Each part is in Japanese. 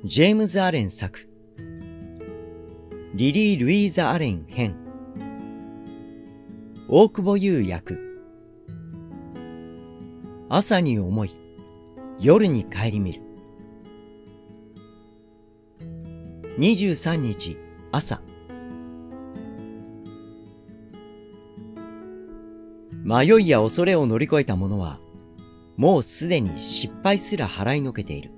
ジェームズ・アレン作、リリー・ルイーザ・アレン編、大久保優役。朝に思い、夜に顧みる。23日朝。迷いや恐れを乗り越えた者は、もうすでに失敗すら払いのけている。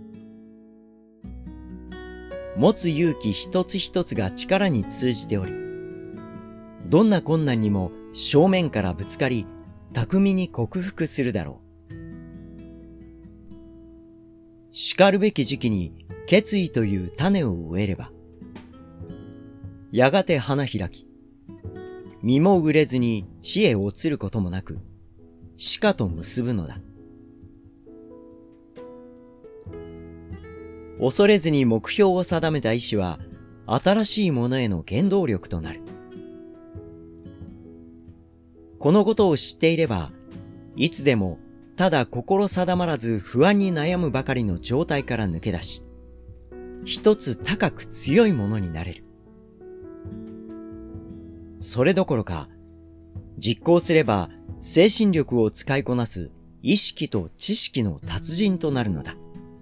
持つ勇気一つ一つが力に通じており、どんな困難にも正面からぶつかり、巧みに克服するだろう。叱るべき時期に決意という種を植えれば、やがて花開き、実も熟れずに地へ落ちることもなく、しかと結ぶのだ。恐れずに目標を定めた意志は、新しいものへの原動力となる。このことを知っていれば、いつでもただ心定まらず不安に悩むばかりの状態から抜け出し、一つ高く強いものになれる。それどころか、実行すれば精神力を使いこなす意識と知識の達人となるのだ。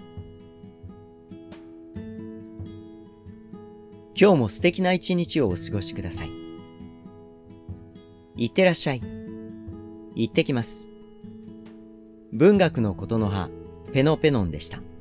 今日も素敵な一日をお過ごしください。いってらっしゃい。行ってきます。文学のことの葉、ペノペノンでした。